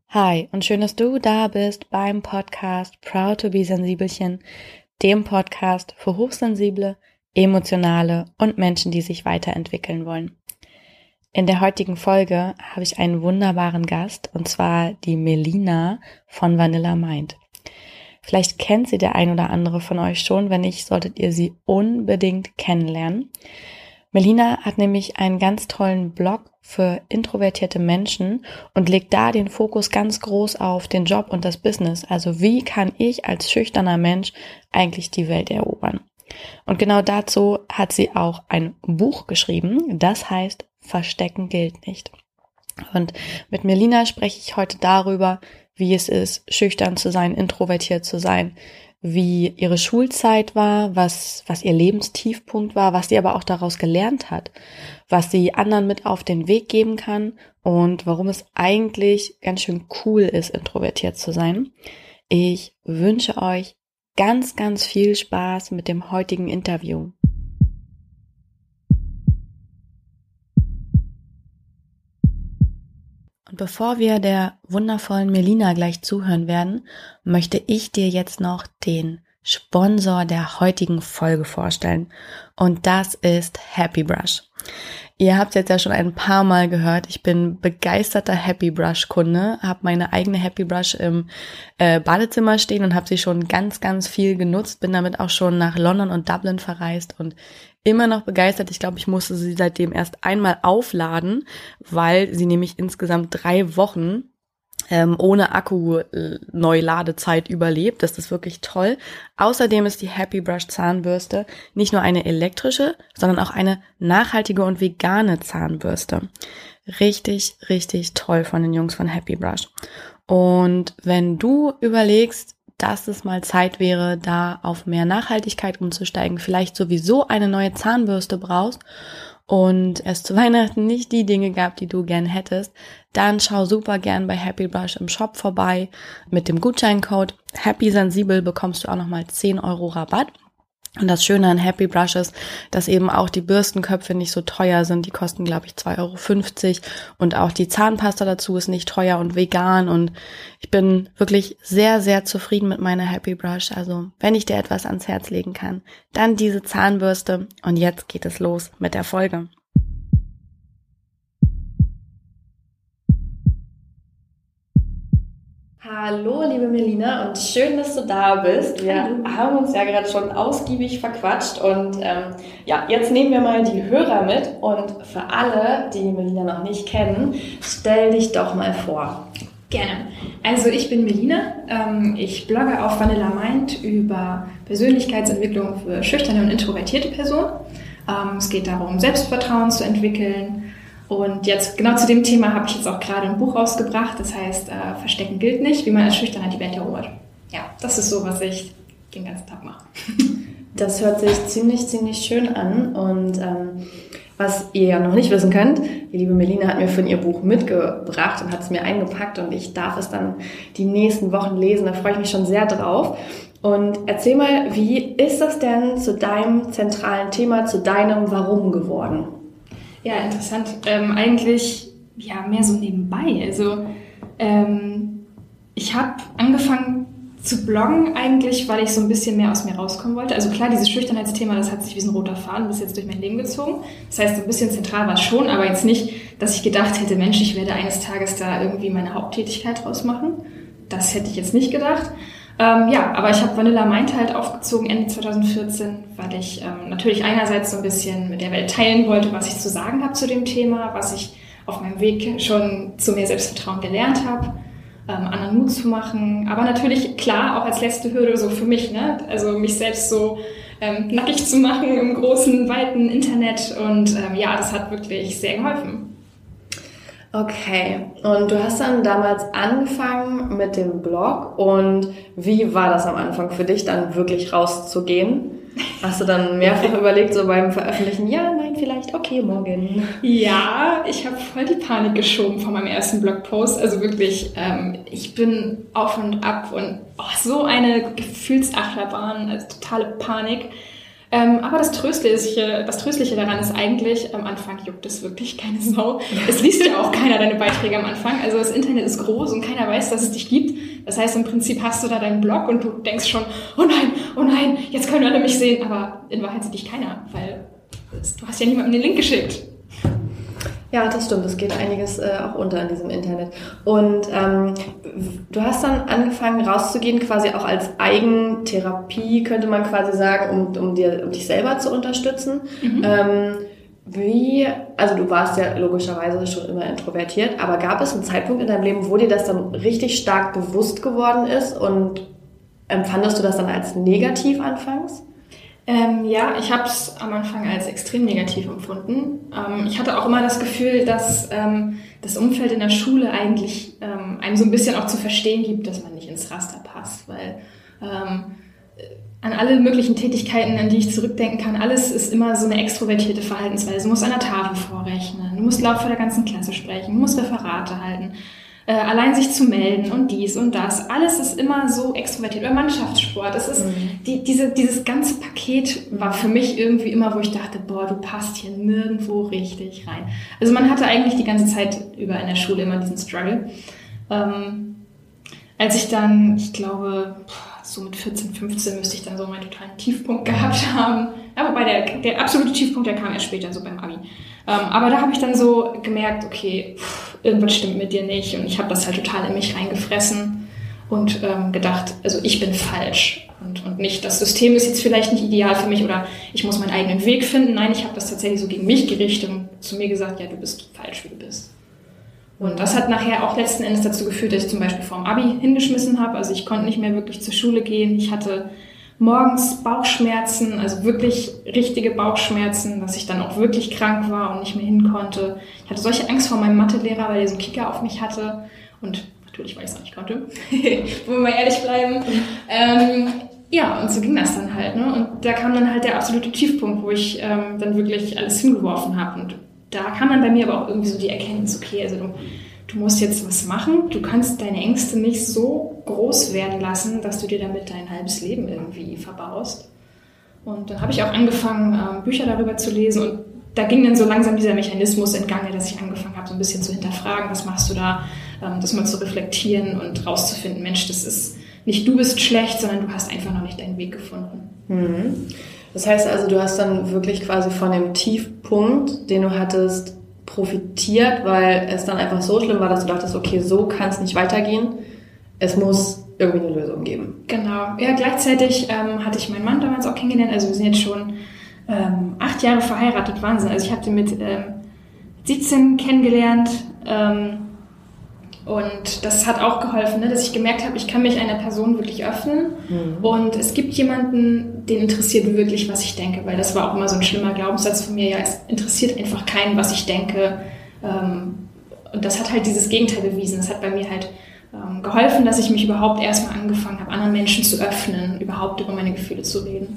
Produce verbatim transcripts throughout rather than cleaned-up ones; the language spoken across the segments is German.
Hi und schön, dass du da bist beim Podcast Proud to be Sensibelchen, dem Podcast für hochsensible, emotionale und Menschen, die sich weiterentwickeln wollen. In der heutigen Folge habe ich einen wunderbaren Gast und zwar die Melina von Vanilla Mind. Vielleicht kennt sie der ein oder andere von euch schon, wenn nicht, solltet ihr sie unbedingt kennenlernen. Melina hat nämlich einen ganz tollen Blog für introvertierte Menschen und legt da den Fokus ganz groß auf den Job und das Business. Also wie kann ich als schüchterner Mensch eigentlich die Welt erobern? Und genau dazu hat sie auch ein Buch geschrieben, das heißt Verstecken gilt nicht. Und mit Melina spreche ich heute darüber, wie es ist, schüchtern zu sein, introvertiert zu sein, wie ihre Schulzeit war, was, was ihr Lebenstiefpunkt war, was sie aber auch daraus gelernt hat, was sie anderen mit auf den Weg geben kann und warum es eigentlich ganz schön cool ist, introvertiert zu sein. Ich wünsche euch ganz, ganz viel Spaß mit dem heutigen Interview. Und bevor wir der wundervollen Melina gleich zuhören werden, möchte ich dir jetzt noch den Sponsor der heutigen Folge vorstellen. Und das ist Happy Brush. Ihr habt es jetzt ja schon ein paar Mal gehört. Ich bin begeisterter Happy Brush Kunde, habe meine eigene Happy Brush im äh, Badezimmer stehen und habe sie schon ganz, ganz viel genutzt. Bin damit auch schon nach London und Dublin verreist und immer noch begeistert. Ich glaube, ich musste sie seitdem erst einmal aufladen, weil sie nämlich insgesamt drei Wochen ähm, ohne Akku-Neuladezeit überlebt. Das ist wirklich toll. Außerdem ist die Happy Brush Zahnbürste nicht nur eine elektrische, sondern auch eine nachhaltige und vegane Zahnbürste. Richtig, richtig toll von den Jungs von Happy Brush. Und wenn du überlegst, dass es mal Zeit wäre, da auf mehr Nachhaltigkeit umzusteigen, vielleicht sowieso eine neue Zahnbürste brauchst und es zu Weihnachten nicht die Dinge gab, die du gern hättest, dann schau super gern bei Happy Brush im Shop vorbei. Mit dem Gutscheincode HAPPYSENSIBEL bekommst du auch nochmal zehn Euro Rabatt. Und das Schöne an Happy Brush ist, dass eben auch die Bürstenköpfe nicht so teuer sind. Die kosten, glaube ich, zwei Euro fünfzig. Und auch die Zahnpasta dazu ist nicht teuer und vegan. Und ich bin wirklich sehr, sehr zufrieden mit meiner Happy Brush. Also wenn ich dir etwas ans Herz legen kann, dann diese Zahnbürste. Und jetzt geht es los mit der Folge. Hallo, liebe Melina, und schön, dass du da bist. Wir Hallo. haben uns ja gerade schon ausgiebig verquatscht und ähm, ja, jetzt nehmen wir mal die Hörer mit und für alle, die Melina noch nicht kennen, stell dich doch mal vor. Gerne. Also ich bin Melina, ähm, ich blogge auf Vanilla Mind über Persönlichkeitsentwicklung für schüchterne und introvertierte Personen. Ähm, es geht darum, Selbstvertrauen zu entwickeln. Und jetzt genau zu dem Thema habe ich jetzt auch gerade ein Buch rausgebracht, das heißt äh, Verstecken gilt nicht, wie man als Schüchterner die Welt erobert. Ja, das ist so, was ich den ganzen Tag mache. Das hört sich ziemlich, ziemlich schön an und ähm, was ihr ja noch nicht wissen könnt, die liebe Melina hat mir von ihr Buch mitgebracht und hat es mir eingepackt und ich darf es dann die nächsten Wochen lesen, da freue ich mich schon sehr drauf. Und erzähl mal, wie ist das denn zu deinem zentralen Thema, zu deinem Warum geworden? Ja, interessant. Ähm, eigentlich ja mehr so nebenbei. Also ähm, ich habe angefangen zu bloggen eigentlich, weil ich so ein bisschen mehr aus mir rauskommen wollte. Also klar, dieses Schüchternheitsthema, das hat sich wie so ein roter Faden bis jetzt durch mein Leben gezogen. Das heißt, so ein bisschen zentral war es schon, aber jetzt nicht, dass ich gedacht hätte, Mensch, ich werde eines Tages da irgendwie meine Haupttätigkeit draus machen. Das hätte ich jetzt nicht gedacht. Ähm, ja, aber ich habe Vanilla Mind halt aufgezogen Ende zwanzig vierzehn, weil ich ähm, natürlich einerseits so ein bisschen mit der Welt teilen wollte, was ich zu sagen habe zu dem Thema, was ich auf meinem Weg schon zu mehr Selbstvertrauen gelernt habe, ähm, anderen Mut zu machen, aber natürlich klar auch als letzte Hürde so für mich, ne? Also mich selbst so ähm, nackig zu machen im großen, weiten Internet und ähm, ja, das hat wirklich sehr geholfen. Okay, und du hast dann damals angefangen mit dem Blog und wie war das am Anfang für dich, dann wirklich rauszugehen? Hast du dann mehrfach überlegt, so beim Veröffentlichen, ja, nein, vielleicht, okay, morgen? Ja, ich habe voll die Panik geschoben von meinem ersten Blogpost. Also wirklich, ähm, ich bin auf und ab und oh, so eine Gefühlsachterbahn, also totale Panik. Ähm, aber das Tröstliche, das Tröstliche daran ist eigentlich, am Anfang juckt es wirklich keine Sau. Es liest ja auch keiner deine Beiträge am Anfang. Also das Internet ist groß und keiner weiß, dass es dich gibt. Das heißt, im Prinzip hast du da deinen Blog und du denkst schon, oh nein, oh nein, jetzt können alle mich sehen. Aber in Wahrheit sieht dich keiner, weil du hast ja niemandem den Link geschickt. Ja, das stimmt. Es geht einiges äh, auch unter in diesem Internet. Und ähm, du hast dann angefangen rauszugehen, quasi auch als Eigentherapie, könnte man quasi sagen, um, um, dir, um dich selber zu unterstützen. Mhm. Ähm, wie, also du warst ja logischerweise schon immer introvertiert, aber gab es einen Zeitpunkt in deinem Leben, wo dir das dann richtig stark bewusst geworden ist und empfandest du das dann als negativ anfangs? Ähm, ja, ich habe es am Anfang als extrem negativ empfunden. Ähm, ich hatte auch immer das Gefühl, dass ähm, das Umfeld in der Schule eigentlich ähm, einem so ein bisschen auch zu verstehen gibt, dass man nicht ins Raster passt, weil ähm, an alle möglichen Tätigkeiten, an die ich zurückdenken kann, alles ist immer so eine extrovertierte Verhaltensweise. Du musst an der Tafel vorrechnen, du musst laut vor der ganzen Klasse sprechen, du musst Referate halten. Äh, allein sich zu melden und dies und das, alles ist immer so extrovertiert. Oder Mannschaftssport, es ist, mhm. die, diese, dieses ganze Paket war für mich irgendwie immer, wo ich dachte, boah, du passt hier nirgendwo richtig rein. Also man hatte eigentlich die ganze Zeit über in der Schule immer diesen Struggle. Ähm, als ich dann, ich glaube, so mit vierzehn, fünfzehn müsste ich dann so meinen totalen Tiefpunkt gehabt haben. Ja, wobei der, der absolute Tiefpunkt, der kam erst später, so beim Abi. Ähm, aber da habe ich dann so gemerkt, okay, pff, irgendwas stimmt mit dir nicht. Und ich habe das halt total in mich reingefressen und ähm, gedacht, also ich bin falsch. Und, und nicht, das System ist jetzt vielleicht nicht ideal für mich oder ich muss meinen eigenen Weg finden. Nein, ich habe das tatsächlich so gegen mich gerichtet und zu mir gesagt, ja, du bist falsch, wie du bist. Und das hat nachher auch letzten Endes dazu geführt, dass ich zum Beispiel vorm Abi hingeschmissen habe. Also ich konnte nicht mehr wirklich zur Schule gehen. Ich hatte morgens Bauchschmerzen, also wirklich richtige Bauchschmerzen, dass ich dann auch wirklich krank war und nicht mehr hin konnte. Ich hatte solche Angst vor meinem Mathelehrer, weil er so einen Kicker auf mich hatte. Und natürlich, weil ich es auch nicht konnte. Wollen wir mal ehrlich bleiben. ähm, ja, und so ging das dann halt. Ne? Und da kam dann halt der absolute Tiefpunkt, wo ich ähm, dann wirklich alles hingeworfen habe. Und da kam dann bei mir aber auch irgendwie so die Erkenntnis, okay, also du, du musst jetzt was machen, du kannst deine Ängste nicht so groß werden lassen, dass du dir damit dein halbes Leben irgendwie verbaust. Und dann habe ich auch angefangen, ähm, Bücher darüber zu lesen und da ging dann so langsam dieser Mechanismus entgange, dass ich angefangen habe, so ein bisschen zu hinterfragen, was machst du da, ähm, das mal zu reflektieren und rauszufinden, Mensch, das ist nicht du bist schlecht, sondern du hast einfach noch nicht deinen Weg gefunden. Mhm. Das heißt also, du hast dann wirklich quasi von dem Tiefpunkt, den du hattest, profitiert, weil es dann einfach so schlimm war, dass du dachtest, okay, so kann es nicht weitergehen. Es muss irgendwie eine Lösung geben. Genau. Ja, gleichzeitig ähm, hatte ich meinen Mann damals auch kennengelernt. Also wir sind jetzt schon ähm, acht Jahre verheiratet. Wahnsinn. Also ich habe den mit ähm, siebzehn kennengelernt. Ähm, Und das hat auch geholfen, ne, dass ich gemerkt habe, ich kann mich einer Person wirklich öffnen. Mhm. Und es gibt jemanden, den interessiert wirklich, was ich denke. Weil das war auch immer so ein schlimmer Glaubenssatz von mir. Ja, es interessiert einfach keinen, was ich denke. Und das hat halt dieses Gegenteil bewiesen. Das hat bei mir halt geholfen, dass ich mich überhaupt erstmal angefangen habe, anderen Menschen zu öffnen, überhaupt über meine Gefühle zu reden.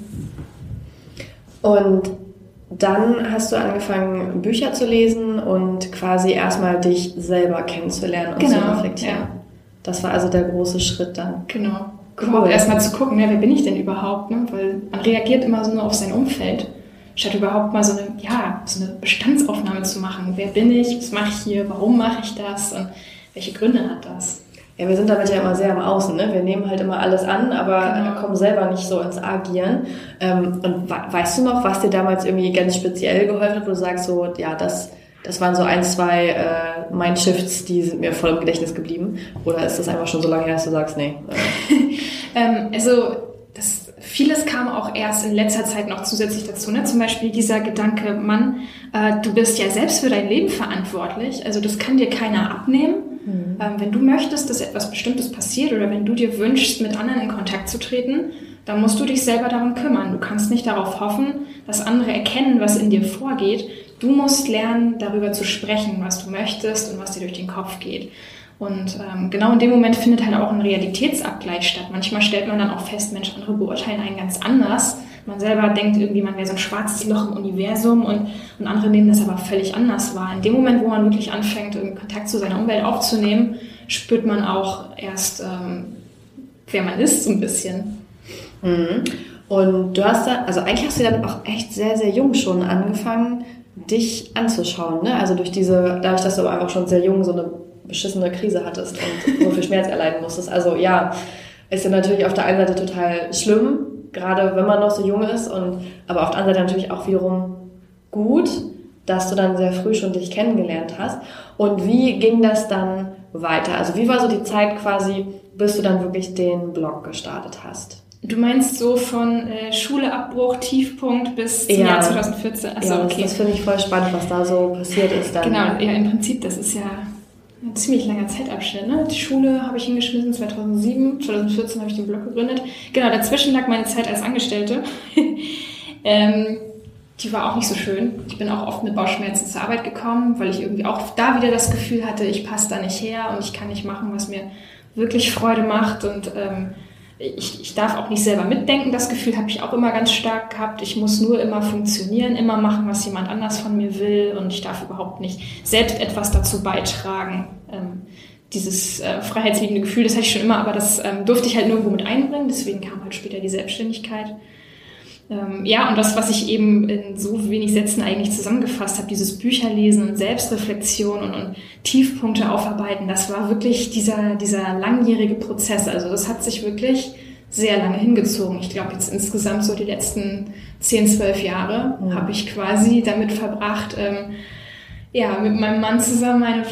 Und dann hast du angefangen, Bücher zu lesen und quasi erstmal dich selber kennenzulernen und genau, zu reflektieren. Ja. Das war also der große Schritt dann. Genau. Cool. Überhaupt erstmal zu gucken, ja, wer bin ich denn überhaupt? Ne? Weil man reagiert immer so nur auf sein Umfeld, statt überhaupt mal so eine, ja, so eine Bestandsaufnahme zu machen. Wer bin ich? Was mache ich hier? Warum mache ich das? Und welche Gründe hat das? Ja, wir sind damit ja immer sehr am Außen, ne? Wir nehmen halt immer alles an, aber genau. kommen selber nicht so ins Agieren. Ähm, und we- weißt du noch, was dir damals irgendwie ganz speziell geholfen hat, wo du sagst so, ja, das, das waren so ein, zwei äh, Mindshifts, die sind mir voll im Gedächtnis geblieben? Oder ist das einfach schon so lange her, dass du sagst, nee? Äh. ähm, also das, vieles kam auch erst in letzter Zeit noch zusätzlich dazu. Ne? Zum Beispiel dieser Gedanke, Mann, äh, du bist ja selbst für dein Leben verantwortlich, also das kann dir keiner abnehmen. Mhm. Ähm, wenn du möchtest, dass etwas Bestimmtes passiert oder wenn du dir wünschst, mit anderen in Kontakt zu treten, dann musst du dich selber darum kümmern. Du kannst nicht darauf hoffen, dass andere erkennen, was in dir vorgeht. Du musst lernen, darüber zu sprechen, was du möchtest und was dir durch den Kopf geht. Und ähm, genau in dem Moment findet halt auch ein Realitätsabgleich statt. Manchmal stellt man dann auch fest, Mensch, andere beurteilen einen ganz anders. Man selber denkt irgendwie, man wäre so ein schwarzes Loch im Universum und, und andere nehmen das aber völlig anders wahr. In dem Moment, wo man wirklich anfängt, irgendwie Kontakt zu seiner Umwelt aufzunehmen, spürt man auch erst, ähm, wer man ist, so ein bisschen. Mhm. Und du hast da, also eigentlich hast du dann auch echt sehr, sehr jung schon angefangen, dich anzuschauen, ne? Also durch diese, dadurch, dass du einfach schon sehr jung so eine beschissene Krise hattest und so viel Schmerz erleiden musstest. Also ja, ist ja natürlich auf der einen Seite total schlimm, gerade wenn man noch so jung ist, und aber auf der anderen Seite natürlich auch wiederum gut, dass du dann sehr früh schon dich kennengelernt hast. Und wie ging das dann weiter? Also wie war so die Zeit quasi, bis du dann wirklich den Blog gestartet hast? Du meinst so von äh, Schule, Abbruch, Tiefpunkt bis zum ja. Jahr zwanzig vierzehn? Achso, ja, das, okay. das finde ich voll spannend, was da so passiert ist dann. Genau, ja, im Prinzip, das ist ja ein ziemlich langer Zeitabschnitt. Ne? Die Schule habe ich hingeschmissen zweitausendsieben, zwanzig vierzehn habe ich den Blog gegründet. Genau, dazwischen lag meine Zeit als Angestellte. ähm, die war auch nicht so schön. Ich bin auch oft mit Bauchschmerzen zur Arbeit gekommen, weil ich irgendwie auch da wieder das Gefühl hatte, ich passe da nicht her und ich kann nicht machen, was mir wirklich Freude macht, und ähm, Ich, ich darf auch nicht selber mitdenken. Das Gefühl habe ich auch immer ganz stark gehabt. Ich muss nur immer funktionieren, immer machen, was jemand anders von mir will, und ich darf überhaupt nicht selbst etwas dazu beitragen. Ähm, dieses äh, freiheitsliebende Gefühl, das hatte ich schon immer, aber das ähm, durfte ich halt nirgendwo mit einbringen. Deswegen kam halt später die Selbstständigkeit. Ähm, ja, und das, was ich eben in so wenig Sätzen eigentlich zusammengefasst habe, dieses Bücherlesen und Selbstreflexion und, und Tiefpunkte aufarbeiten, das war wirklich dieser, dieser langjährige Prozess. Also das hat sich wirklich sehr lange hingezogen. Ich glaube, jetzt insgesamt so die letzten zehn, zwölf Jahre mhm. habe ich quasi damit verbracht, ähm, ja, mit meinem Mann zusammen meine,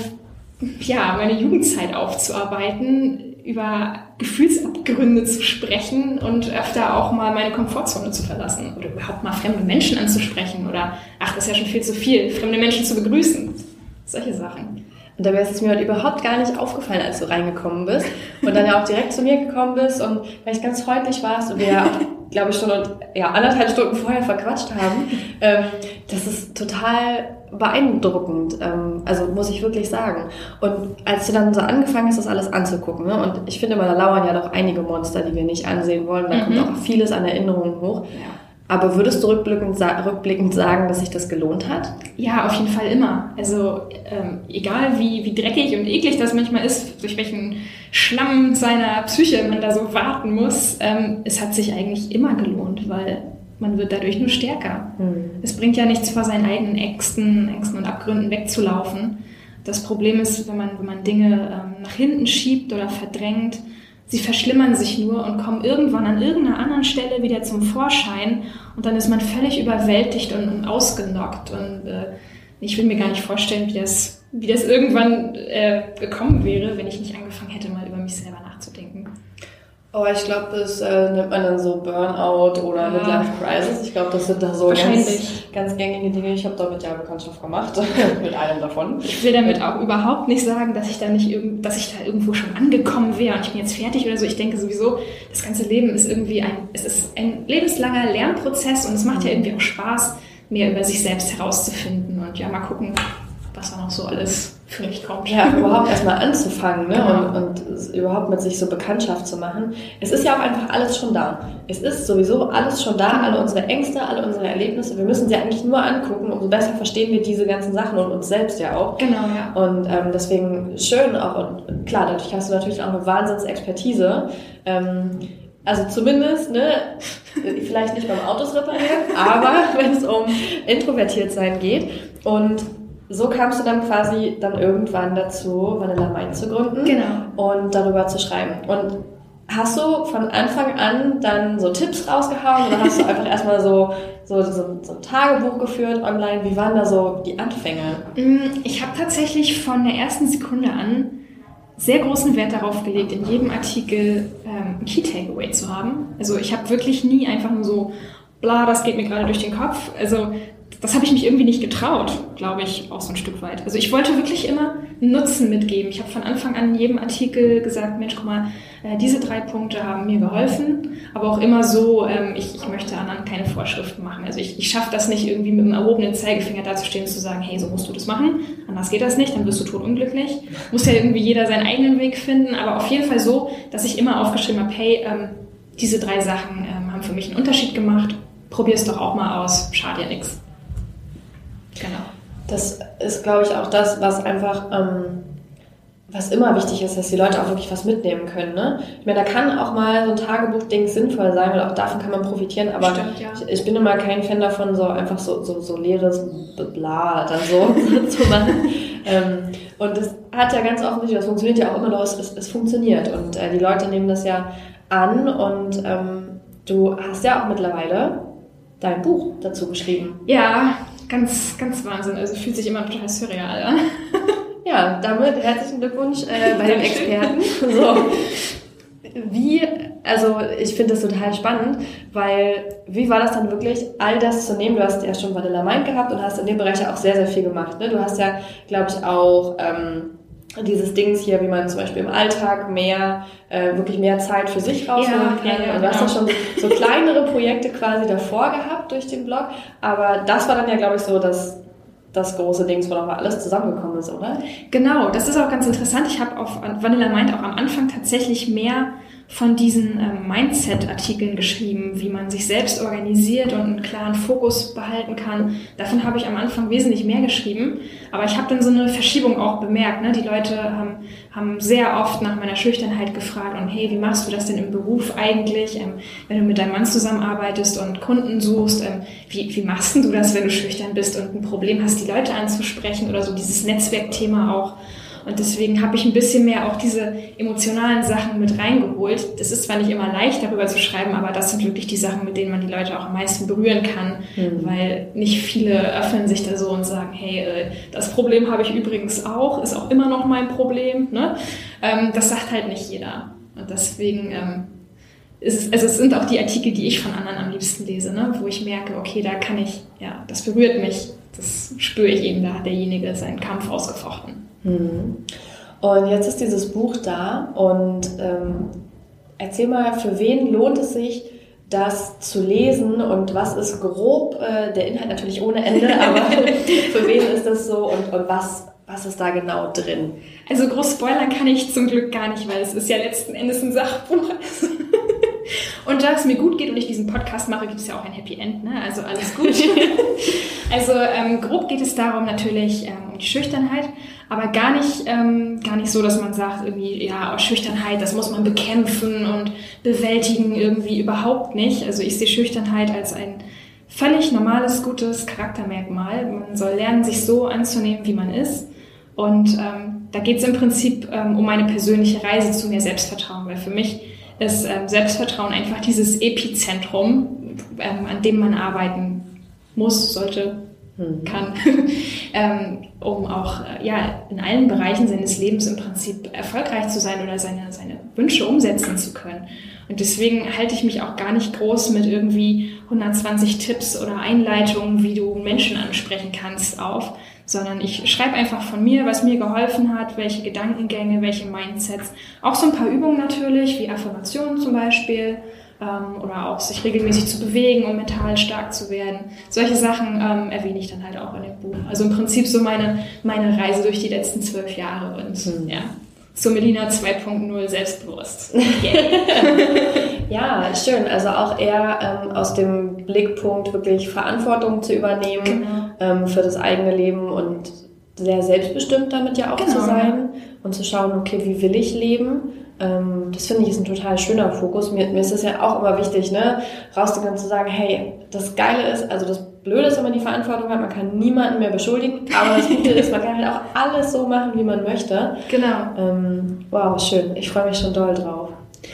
ja, meine Jugendzeit aufzuarbeiten, über Gefühlsabgründe zu sprechen und öfter auch mal meine Komfortzone zu verlassen oder überhaupt mal fremde Menschen anzusprechen oder, ach, das ist ja schon viel zu viel, fremde Menschen zu begrüßen. Solche Sachen. Und dabei ist es mir heute überhaupt gar nicht aufgefallen, als du reingekommen bist und dann ja auch direkt zu mir gekommen bist und vielleicht ganz freundlich warst und wir ja auch, glaube ich, schon ja, anderthalb Stunden vorher verquatscht haben. Ähm, das ist total beeindruckend, ähm, also muss ich wirklich sagen. Und als du dann so angefangen hast, das alles anzugucken, ne? Und ich finde, da lauern ja doch einige Monster, die wir nicht ansehen wollen, da mhm. kommt auch vieles an Erinnerungen hoch. Ja. Aber würdest du rückblickend, rückblickend sagen, dass sich das gelohnt hat? Ja, auf jeden Fall immer. Also ähm, egal wie, wie dreckig und eklig das manchmal ist, durch welchen Schlamm seiner Psyche man da so warten muss, ähm, es hat sich eigentlich immer gelohnt, weil man wird dadurch nur stärker. Hm. Es bringt ja nichts, vor seinen eigenen Ängsten, Ängsten und Abgründen wegzulaufen. Das Problem ist, wenn man, wenn man Dinge ähm, nach hinten schiebt oder verdrängt, sie verschlimmern sich nur und kommen irgendwann an irgendeiner anderen Stelle wieder zum Vorschein, und dann ist man völlig überwältigt und, und ausgenockt. Und äh, ich will mir gar nicht vorstellen, wie das, wie das irgendwann äh, gekommen wäre, wenn ich nicht angefangen hätte, mal über mich selber nachzudenken. Oh, ich glaube, das äh, nennt man dann so Burnout oder ja. Midlife Crisis. Ich glaube, das sind da so ganz, ganz gängige Dinge. Ich habe damit ja Bekanntschaft gemacht, mit einem davon. Ich will damit auch überhaupt nicht sagen, dass ich da nicht irgend, dass ich da irgendwo schon angekommen wäre und ich bin jetzt fertig oder so. Ich denke sowieso, das ganze Leben ist irgendwie ein, es ist ein lebenslanger Lernprozess, und es macht ja irgendwie auch Spaß, mehr über sich selbst herauszufinden, und ja, mal gucken, was da noch so alles für mich kommt. Ja, überhaupt erstmal anzufangen, ne? Genau. und, und überhaupt mit sich so Bekanntschaft zu machen. Es ist ja auch einfach alles schon da. Es ist sowieso alles schon da, alle unsere Ängste, alle unsere Erlebnisse. Wir müssen sie eigentlich nur angucken, umso besser verstehen wir diese ganzen Sachen und uns selbst ja auch. Genau, ja. Und ähm, deswegen schön auch, und klar, dadurch hast du natürlich auch eine Wahnsinnsexpertise. Ähm, Also zumindest, ne, vielleicht nicht beim Autos reparieren, aber wenn es um Introvertiertsein geht. Und so kamst du dann quasi dann irgendwann dazu, Vanilla Mind zu gründen. Genau. Und darüber zu schreiben. Und hast du von Anfang an dann so Tipps rausgehauen oder hast du einfach erstmal so, so, so, so ein Tagebuch geführt online? Wie waren da so die Anfänge? Ich habe tatsächlich von der ersten Sekunde an sehr großen Wert darauf gelegt, in jedem Artikel ähm, ein Key-Takeaway zu haben. Also ich habe wirklich nie einfach nur so, bla, das geht mir gerade durch den Kopf. Also das habe ich mich irgendwie nicht getraut, glaube ich, auch so ein Stück weit. Also ich wollte wirklich immer einen Nutzen mitgeben. Ich habe von Anfang an in jedem Artikel gesagt, Mensch, guck mal, äh, diese drei Punkte haben mir geholfen, aber auch immer so, ähm, ich, ich möchte anderen keine Vorschriften machen. Also ich, ich schaffe das nicht, irgendwie mit einem erhobenen Zeigefinger dazustehen und zu sagen, hey, so musst du das machen, anders geht das nicht, dann wirst du totunglücklich. Muss ja irgendwie jeder seinen eigenen Weg finden, aber auf jeden Fall so, dass ich immer aufgeschrieben habe, hey, ähm, diese drei Sachen ähm, haben für mich einen Unterschied gemacht, probier es doch auch mal aus, schadet ja nichts. Genau. Das ist, glaube ich, auch das, was einfach, ähm, was immer wichtig ist, dass die Leute auch wirklich was mitnehmen können. Ne? Ich meine, da kann auch mal so ein Tagebuch-Ding sinnvoll sein, weil auch davon kann man profitieren, aber Stimmt, ja. ich, ich bin immer kein Fan davon, so einfach so, so, so leeres Bla dann so zu machen. Ähm, und das hat ja ganz offensichtlich, das funktioniert ja auch immer noch, es, es, es funktioniert und äh, die Leute nehmen das ja an und ähm, du hast ja auch mittlerweile dein Buch dazu geschrieben. Ja, ganz, ganz Wahnsinn, also fühlt sich immer total surreal an. Ja, damit herzlichen Glückwunsch äh, bei den Experten. So. Wie, also ich finde das total spannend, weil wie war das dann wirklich, all das zu nehmen? Du hast ja schon Vanilla Mind gehabt und hast in dem Bereich ja auch sehr, sehr viel gemacht. Ne? Du hast ja, glaube ich, auch ähm, dieses Dings hier, wie man zum Beispiel im Alltag mehr, äh, wirklich mehr Zeit für sich rausholen ja, kann. Ja, ja, und du hast ja genau. schon so, so kleinere Projekte quasi davor gehabt durch den Blog, aber das war dann ja, glaube ich, so das das große Ding, wo nochmal alles zusammengekommen ist, oder? Genau, das ist auch ganz interessant. Ich habe auf Vanilla Mind auch am Anfang tatsächlich mehr von diesen ähm, Mindset-Artikeln geschrieben, wie man sich selbst organisiert und einen klaren Fokus behalten kann. Davon habe ich am Anfang wesentlich mehr geschrieben. Aber ich habe dann so eine Verschiebung auch bemerkt. Ne? Die Leute haben, haben sehr oft nach meiner Schüchternheit gefragt und hey, wie machst du das denn im Beruf eigentlich, ähm, wenn du mit deinem Mann zusammenarbeitest und Kunden suchst? Ähm, wie, wie machst denn du das, wenn du schüchtern bist und ein Problem hast, die Leute anzusprechen oder so dieses Netzwerkthema auch? Und deswegen habe ich ein bisschen mehr auch diese emotionalen Sachen mit reingeholt. Das ist zwar nicht immer leicht, darüber zu schreiben, aber das sind wirklich die Sachen, mit denen man die Leute auch am meisten berühren kann, mhm. weil nicht viele öffnen sich da so und sagen, hey, das Problem habe ich übrigens auch, ist auch immer noch mein Problem. Ne? Das sagt halt nicht jeder. Und deswegen ähm, ist es, also es sind auch die Artikel, die ich von anderen am liebsten lese, ne? Wo ich merke, okay, da kann ich, ja, das berührt mich, das spüre ich eben, da hat derjenige seinen Kampf ausgefochten. Und jetzt ist dieses Buch da und ähm, erzähl mal, für wen lohnt es sich, das zu lesen und was ist grob, äh, der Inhalt natürlich ohne Ende, aber für wen ist das so und, und was, was ist da genau drin? Also groß spoilern kann ich zum Glück gar nicht, weil es ist ja letzten Endes ein Sachbuch. Und da es mir gut geht und ich diesen Podcast mache, gibt es ja auch ein Happy End, ne? Also alles gut. Also ähm, grob geht es darum natürlich ähm, um die Schüchternheit, aber gar nicht, ähm, gar nicht so, dass man sagt, irgendwie, ja, Schüchternheit, das muss man bekämpfen und bewältigen, irgendwie überhaupt nicht. Also ich sehe Schüchternheit als ein völlig normales, gutes Charaktermerkmal. Man soll lernen, sich so anzunehmen, wie man ist. Und ähm, da geht es im Prinzip ähm, um meine persönliche Reise zu mehr Selbstvertrauen, weil für mich ist ähm, Selbstvertrauen einfach dieses Epizentrum, ähm, an dem man arbeiten muss, sollte, hm. kann, ähm, um auch äh, ja, in allen Bereichen seines Lebens im Prinzip erfolgreich zu sein oder seine, seine Wünsche umsetzen zu können. Und deswegen halte ich mich auch gar nicht groß mit irgendwie hundertzwanzig Tipps oder Einleitungen, wie du Menschen ansprechen kannst, auf, sondern ich schreibe einfach von mir, was mir geholfen hat, welche Gedankengänge, welche Mindsets, auch so ein paar Übungen natürlich, wie Affirmationen zum Beispiel, ähm, oder auch sich regelmäßig zu bewegen, um mental stark zu werden. Solche Sachen ähm, erwähne ich dann halt auch in dem Buch. Also im Prinzip so meine, meine Reise durch die letzten zwölf Jahre und hm. ja, zur Melina zwei Punkt null selbstbewusst. Yeah. Ja, schön. Also auch eher ähm, aus dem Blickpunkt wirklich Verantwortung zu übernehmen, genau. ähm, für das eigene Leben und sehr selbstbestimmt damit ja auch genau. zu sein und zu schauen, okay, wie will ich leben? Ähm, das finde ich ist ein total schöner Fokus. Mir, mir ist es ja auch immer wichtig, ne, rauszugehen und zu sagen, hey, das Geile ist, also das Blöde ist, wenn man die Verantwortung hat, man kann niemanden mehr beschuldigen, aber das Gute ist, man kann halt auch alles so machen, wie man möchte. Genau. Ähm, wow, schön. Ich freue mich schon doll drauf.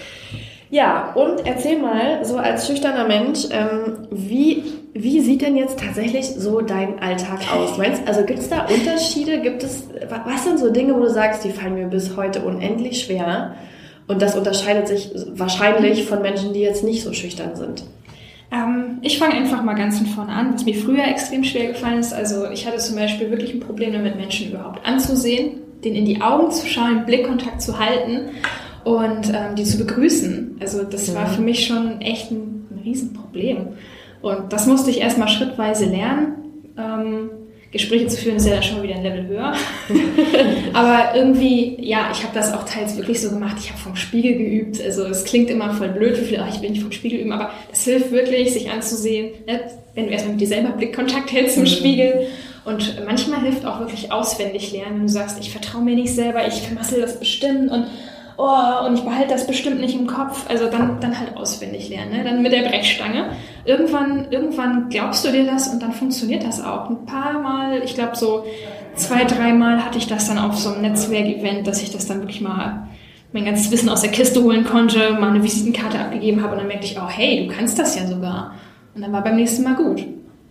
Ja, und erzähl mal, so als schüchterner Mensch, ähm, wie, wie sieht denn jetzt tatsächlich so dein Alltag aus? Meinst, also gibt es da Unterschiede? Gibt es, was sind so Dinge, wo du sagst, die fallen mir bis heute unendlich schwer? Und das unterscheidet sich wahrscheinlich von Menschen, die jetzt nicht so schüchtern sind. Ähm, ich fange einfach mal ganz von vorne an, was mir früher extrem schwer gefallen ist. Also ich hatte zum Beispiel wirklich ein Problem damit, Menschen überhaupt anzusehen, denen in die Augen zu schauen, Blickkontakt zu halten und ähm, die zu begrüßen. Also das war für mich schon echt ein, ein Riesenproblem. Und das musste ich erstmal schrittweise lernen. Ähm, Gespräche zu führen ist ja dann schon wieder ein Level höher. Aber irgendwie, ja, ich habe das auch teils wirklich so gemacht. Ich habe vom Spiegel geübt. Also es klingt immer voll blöd, wie viel, ach, ich will nicht vom Spiegel üben, aber das hilft wirklich, sich anzusehen, ne? Wenn du erstmal mit dir selber Blickkontakt hältst im Spiegel Und manchmal hilft auch wirklich auswendig lernen, wenn du sagst, ich vertraue mir nicht selber, ich vermassel das bestimmt und oh, und ich behalte das bestimmt nicht im Kopf. Also dann, dann halt auswendig lernen, ne? Dann mit der Brechstange. Irgendwann, irgendwann glaubst du dir das und dann funktioniert das auch. Ein paar Mal, ich glaube so zwei, dreimal hatte ich das dann auf so einem Netzwerkevent, dass ich das dann wirklich mal mein ganzes Wissen aus der Kiste holen konnte, mal eine Visitenkarte abgegeben habe und dann merkte ich auch, hey, du kannst das ja sogar. Und dann war beim nächsten Mal gut.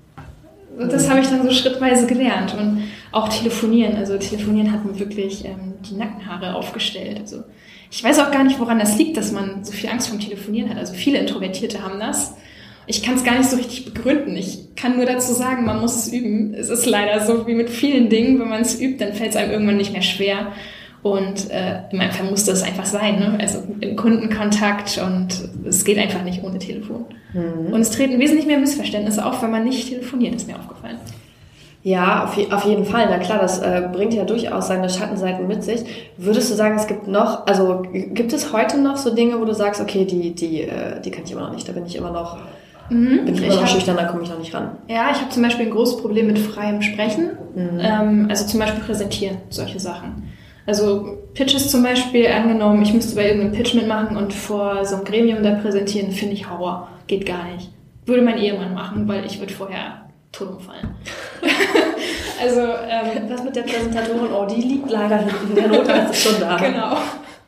Das habe ich dann so schrittweise gelernt. Und auch telefonieren. Also telefonieren hat mir wirklich ähm, die Nackenhaare aufgestellt. Also ich weiß auch gar nicht, woran das liegt, dass man so viel Angst vorm Telefonieren hat. Also viele Introvertierte haben das. Ich kann es gar nicht so richtig begründen. Ich kann nur dazu sagen, man muss es üben. Es ist leider so wie mit vielen Dingen, wenn man es übt, dann fällt es einem irgendwann nicht mehr schwer. Und äh, in meinem Fall musste es einfach sein, ne? Also im Kundenkontakt und es geht einfach nicht ohne Telefon. Mhm. Und es treten wesentlich mehr Missverständnisse auf, wenn man nicht telefoniert, ist mir aufgefallen. Ja, auf, je, auf jeden Fall. Na klar, das äh, bringt ja durchaus seine Schattenseiten mit sich. Würdest du sagen, es gibt noch, also gibt es heute noch so Dinge, wo du sagst, okay, die, die, äh, die kann ich immer noch nicht, da bin ich immer noch, mhm. bin ich immer ich noch hab, schüchtern, da komme ich noch nicht ran. Ja, ich habe zum Beispiel ein großes Problem mit freiem Sprechen, mhm. ähm, also zum Beispiel präsentieren, solche Sachen. Also Pitches zum Beispiel, angenommen, ich müsste bei irgendeinem Pitch mitmachen und vor so einem Gremium da präsentieren, finde ich Horror, geht gar nicht. Würde mein Ehemann machen, weil ich würde vorher tot umfallen. Also, ähm, was mit der Präsentatorin? Oh, die liegt leider hinten. Der Notarzt ist schon da. Genau.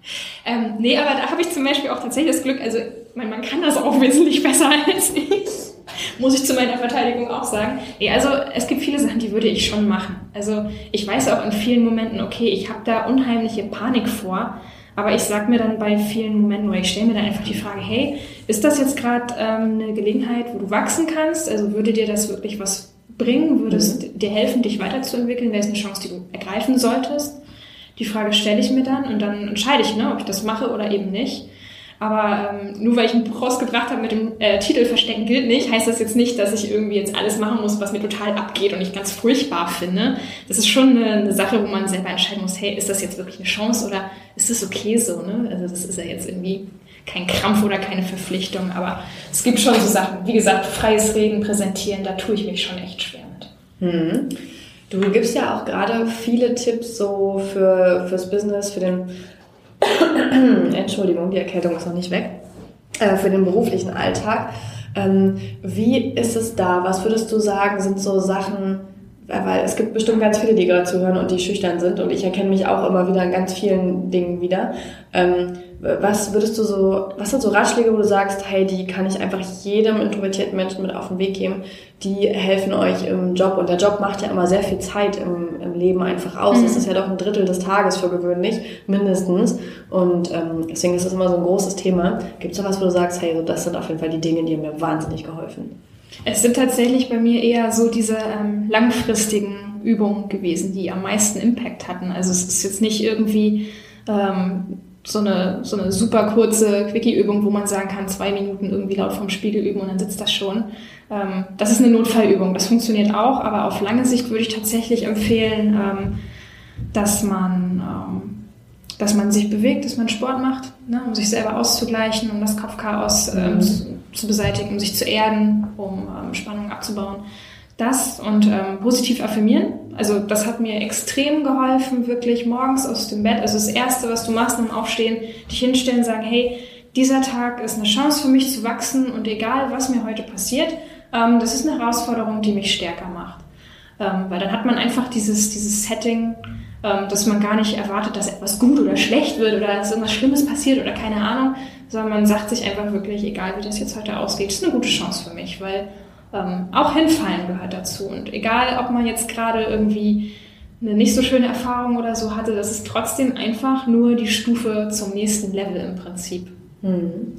Ähm, nee, aber da habe ich zum Beispiel auch tatsächlich das Glück, also mein Mann kann das auch wesentlich besser als ich. Muss ich zu meiner Verteidigung auch sagen. Nee, also es gibt viele Sachen, die würde ich schon machen. Also ich weiß auch in vielen Momenten, okay, ich habe da unheimliche Panik vor, aber ich sage mir dann bei vielen Momenten, oder ich stelle mir dann einfach die Frage, hey, ist das jetzt gerade ähm, eine Gelegenheit, wo du wachsen kannst? Also würde dir das wirklich was bringen? Würde es mhm. dir helfen, dich weiterzuentwickeln? Wäre es eine Chance, die du ergreifen solltest? Die Frage stelle ich mir dann und dann entscheide ich, ne, ob ich das mache oder eben nicht. Aber ähm, nur weil ich ein Buch rausgebracht habe mit dem äh, Titel Verstecken gilt nicht, heißt das jetzt nicht, dass ich irgendwie jetzt alles machen muss, was mir total abgeht und ich ganz furchtbar finde. Das ist schon eine, eine Sache, wo man selber entscheiden muss, hey, ist das jetzt wirklich eine Chance oder ist das okay so? Ne? Also das ist ja jetzt irgendwie kein Krampf oder keine Verpflichtung, aber es gibt schon so Sachen. Wie gesagt, freies Reden, präsentieren, da tue ich mich schon echt schwer mit. Mhm. Du gibst ja auch gerade viele Tipps so für fürs Business, für den Entschuldigung, die Erkältung ist noch nicht weg, äh, für den beruflichen Alltag. Ähm, wie ist es da? Was würdest du sagen, sind so Sachen, weil es gibt bestimmt ganz viele, die gerade zuhören und die schüchtern sind und ich erkenne mich auch immer wieder in ganz vielen Dingen wieder. Ähm, was würdest du so, was sind so Ratschläge, wo du sagst, hey, die kann ich einfach jedem introvertierten Menschen mit auf den Weg geben, die helfen euch im Job und der Job macht ja immer sehr viel Zeit im, im Leben einfach aus. Mhm. Das ist ja doch ein Drittel des Tages für gewöhnlich, mindestens und ähm, deswegen ist das immer so ein großes Thema. Gibt es da was, wo du sagst, hey, so das sind auf jeden Fall die Dinge, die haben mir wahnsinnig geholfen? Es sind tatsächlich bei mir eher so diese ähm, langfristigen Übungen gewesen, die am meisten Impact hatten. Also es ist jetzt nicht irgendwie ähm, so eine so eine super kurze Quickie-Übung, wo man sagen kann, zwei Minuten irgendwie laut vorm Spiegel üben und dann sitzt das schon. Ähm, das ist eine Notfallübung, das funktioniert auch, aber auf lange Sicht würde ich tatsächlich empfehlen, ähm, dass man ähm, dass man sich bewegt, dass man Sport macht, ne, um sich selber auszugleichen, um das Kopfchaos ähm, mhm. zu, zu beseitigen, um sich zu erden, um ähm, Spannung abzubauen. Das und ähm, positiv affirmieren. Also das hat mir extrem geholfen, wirklich morgens aus dem Bett. Also das Erste, was du machst nach dem Aufstehen, dich hinstellen, sagen, hey, dieser Tag ist eine Chance für mich zu wachsen und egal, was mir heute passiert, ähm, das ist eine Herausforderung, die mich stärker macht. Ähm, weil dann hat man einfach dieses, dieses Setting, ähm, dass man gar nicht erwartet, dass etwas gut oder schlecht wird oder dass irgendwas Schlimmes passiert oder keine Ahnung, sondern man sagt sich einfach wirklich, egal wie das jetzt heute ausgeht, ist eine gute Chance für mich, weil Ähm, auch hinfallen gehört dazu. Und egal, ob man jetzt gerade irgendwie eine nicht so schöne Erfahrung oder so hatte, das ist trotzdem einfach nur die Stufe zum nächsten Level im Prinzip. Hm.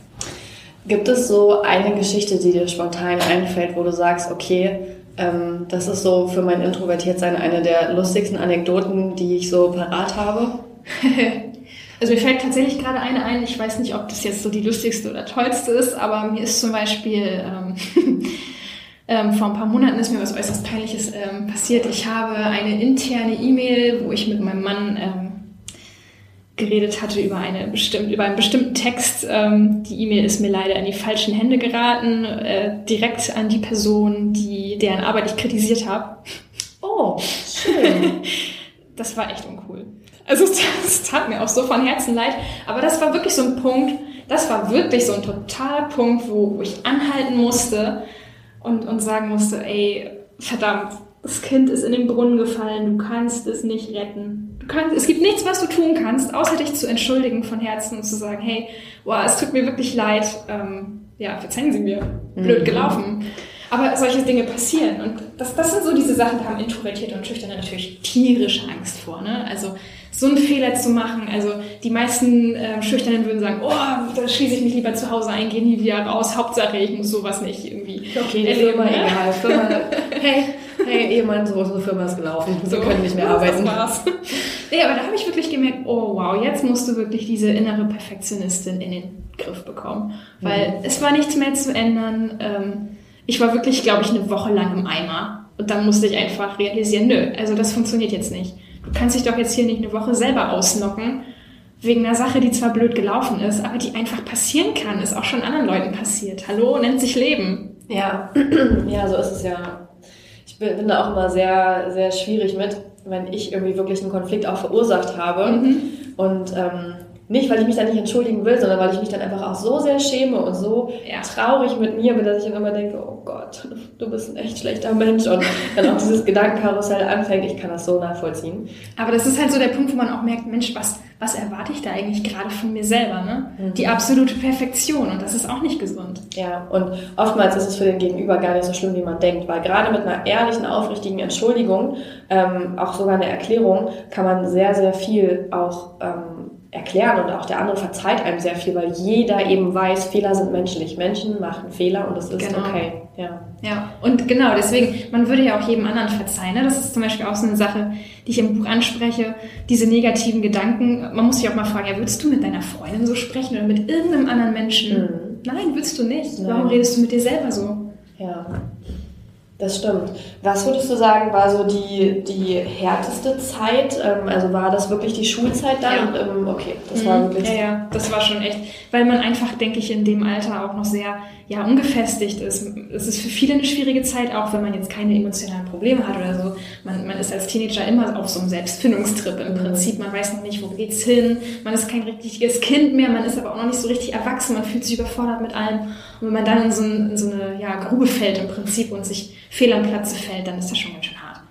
Gibt es so eine Geschichte, die dir spontan einfällt, wo du sagst, okay, ähm, das ist so für mein Introvertiertsein eine der lustigsten Anekdoten, die ich so parat habe? Also mir fällt tatsächlich gerade eine ein, ich weiß nicht, ob das jetzt so die lustigste oder tollste ist, aber mir ist zum Beispiel ähm, ähm, vor ein paar Monaten ist mir was äußerst Peinliches ähm, passiert. Ich habe eine interne E-Mail, wo ich mit meinem Mann ähm, geredet hatte über, eine bestimmt, über einen bestimmten Text. Ähm, die E-Mail ist mir leider in die falschen Hände geraten, äh, direkt an die Person, die, deren Arbeit ich kritisiert habe. Oh Oh, schön. Das war echt uncool. Also es tat mir auch so von Herzen leid, aber das war wirklich so ein Punkt, das war wirklich so ein Totalpunkt, wo, wo ich anhalten musste und, und sagen musste, ey, verdammt, das Kind ist in den Brunnen gefallen, du kannst es nicht retten. Du kannst, es gibt nichts, was du tun kannst, außer dich zu entschuldigen von Herzen und zu sagen, hey, wow, es tut mir wirklich leid, ähm, ja, verzeihen Sie mir, blöd Mhm. gelaufen. Aber solche Dinge passieren und das, das sind so diese Sachen, da haben Introvertierte und Schüchterne natürlich tierische Angst vor, ne? Also so einen Fehler zu machen, also die meisten äh, Schüchternen würden sagen, oh, da schließe ich mich lieber zu Hause ein, gehe nie wieder raus, Hauptsache ich muss sowas nicht irgendwie Okay, die erleben, Firma, ne? egal. Firma, hey, hey, Ehemann, so, unsere Firma ist gelaufen. Wir können nicht mehr arbeiten. Das war's. Nee, aber da habe ich wirklich gemerkt, oh wow, jetzt musst du wirklich diese innere Perfektionistin in den Griff bekommen. Weil Mhm. es war nichts mehr zu ändern. Ähm, ich war wirklich, glaube ich, eine Woche lang im Eimer. Und dann musste ich einfach realisieren, nö, also das funktioniert jetzt nicht. Du kannst dich doch jetzt hier nicht eine Woche selber ausnocken, wegen einer Sache, die zwar blöd gelaufen ist, aber die einfach passieren kann, ist auch schon anderen Leuten passiert. Hallo, nennt sich Leben. Ja, ja, so ist es ja. Ich bin, bin da auch immer sehr, sehr schwierig mit, wenn ich irgendwie wirklich einen Konflikt auch verursacht habe. Mhm. Und ähm, nicht, weil ich mich dann nicht entschuldigen will, sondern weil ich mich dann einfach auch so sehr schäme und so Ja. traurig mit mir bin, dass ich dann immer denke, oh Gott, du bist ein echt schlechter Mensch. Und dann auch dieses Gedankenkarussell anfängt, ich kann das so nachvollziehen. Aber das ist halt so der Punkt, wo man auch merkt, Mensch, was, was erwarte ich da eigentlich gerade von mir selber, ne? Mhm. Die absolute Perfektion und das ist auch nicht gesund. Ja, und oftmals ist es für den Gegenüber gar nicht so schlimm, wie man denkt, weil gerade mit einer ehrlichen, aufrichtigen Entschuldigung, ähm, auch sogar eine Erklärung, kann man sehr, sehr viel auch ähm, erklären und auch der andere verzeiht einem sehr viel, weil jeder eben weiß, Fehler sind menschlich. Menschen machen Fehler und das ist Genau. okay. Ja. Ja, und genau, deswegen, man würde ja auch jedem anderen verzeihen. Ne? Das ist zum Beispiel auch so eine Sache, die ich im Buch anspreche, diese negativen Gedanken. Man muss sich auch mal fragen, ja, würdest du mit deiner Freundin so sprechen oder mit irgendeinem anderen Menschen? Mhm. Nein, würdest du nicht. Nein. Warum redest du mit dir selber so? Ja, das stimmt. Was würdest du sagen, war so die, die härteste Zeit? Ähm, also war das wirklich die Schulzeit dann? Ja. Ähm, okay, das war wirklich... Ja, ja, das war schon echt, weil man einfach, denke ich, in dem Alter auch noch sehr ja, ungefestigt ist. Es ist für viele eine schwierige Zeit, auch wenn man jetzt keine emotionalen Probleme hat oder so. Man, man ist als Teenager immer auf so einem Selbstfindungstrip im Prinzip. Man weiß noch nicht, wo geht's hin. Man ist kein richtiges Kind mehr, man ist aber auch noch nicht so richtig erwachsen. Man fühlt sich überfordert mit allem. Und wenn man dann in so, ein, in so eine ja, Grube fällt im Prinzip und sich fehl am Platze fällt, dann ist das schon ganz schön hart.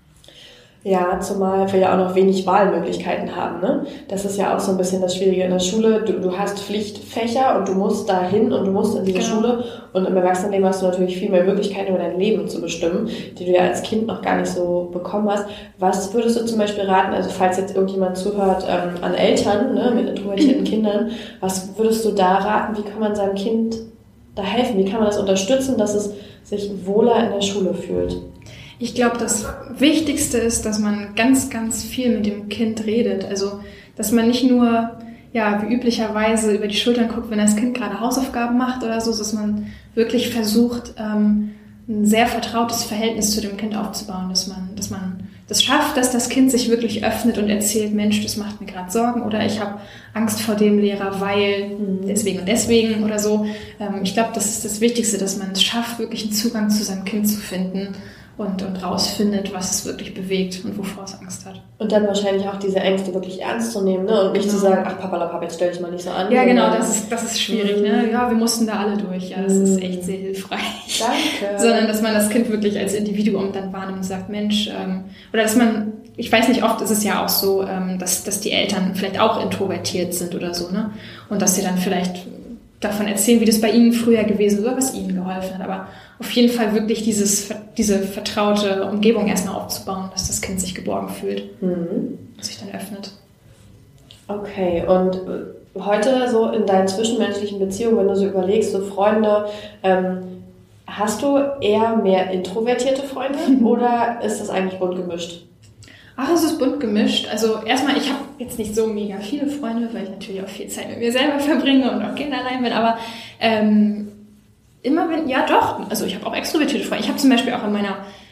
Ja, zumal wir ja auch noch wenig Wahlmöglichkeiten haben, ne? Das ist ja auch so ein bisschen das Schwierige in der Schule. Du, du hast Pflichtfächer und du musst da hin und du musst in diese Genau. Schule. Und im Erwachsenenleben hast du natürlich viel mehr Möglichkeiten, über dein Leben zu bestimmen, die du ja als Kind noch gar nicht so bekommen hast. Was würdest du zum Beispiel raten, also falls jetzt irgendjemand zuhört, ähm, an Eltern, ne, mit introvertierten Kindern, was würdest du da raten? Wie kann man seinem Kind da helfen? Wie kann man das unterstützen, dass es sich wohler in der Schule fühlt? Ich glaube, das Wichtigste ist, dass man ganz, ganz viel mit dem Kind redet. Also, dass man nicht nur, ja, wie üblicherweise über die Schultern guckt, wenn das Kind gerade Hausaufgaben macht oder so, dass man wirklich versucht, ähm, ein sehr vertrautes Verhältnis zu dem Kind aufzubauen, dass man, dass man das schafft, dass das Kind sich wirklich öffnet und erzählt, Mensch, das macht mir gerade Sorgen oder ich habe Angst vor dem Lehrer, weil deswegen und deswegen oder so. Ähm, ich glaube, das ist das Wichtigste, dass man es schafft, wirklich einen Zugang zu seinem Kind zu finden. Und, und rausfindet, was es wirklich bewegt und wovor es Angst hat. Und dann wahrscheinlich auch diese Ängste wirklich ernst zu nehmen, ne? Und nicht Genau. zu sagen, ach Papalapap, jetzt stell dich mal nicht so an. Ja, genau, sondern- das ist, das ist schwierig. Ne? Ja, wir mussten da alle durch. Ja, das ist echt sehr hilfreich. Danke. Sondern, dass man das Kind wirklich als Individuum dann wahrnimmt und sagt, Mensch, ähm, oder dass man, ich weiß nicht, oft ist es ja auch so, ähm, dass, dass die Eltern vielleicht auch introvertiert sind oder so, ne? Und dass sie dann vielleicht davon erzählen, wie das bei ihnen früher gewesen ist oder was ihnen geholfen hat. Aber auf jeden Fall wirklich dieses, diese vertraute Umgebung erstmal aufzubauen, dass das Kind sich geborgen fühlt Mhm. und sich dann öffnet. Okay, und äh, heute so in deinen zwischenmenschlichen Beziehungen, wenn du so überlegst, so Freunde, ähm, hast du eher mehr introvertierte Freunde oder ist das eigentlich bunt gemischt? Ach, es ist bunt gemischt. Also erstmal, ich habe jetzt nicht so mega viele Freunde, weil ich natürlich auch viel Zeit mit mir selber verbringe und auch Kinder allein bin, aber ähm, immer wenn, ja doch, also ich habe auch extrovertierte Freunde. Ich habe zum Beispiel auch in meiner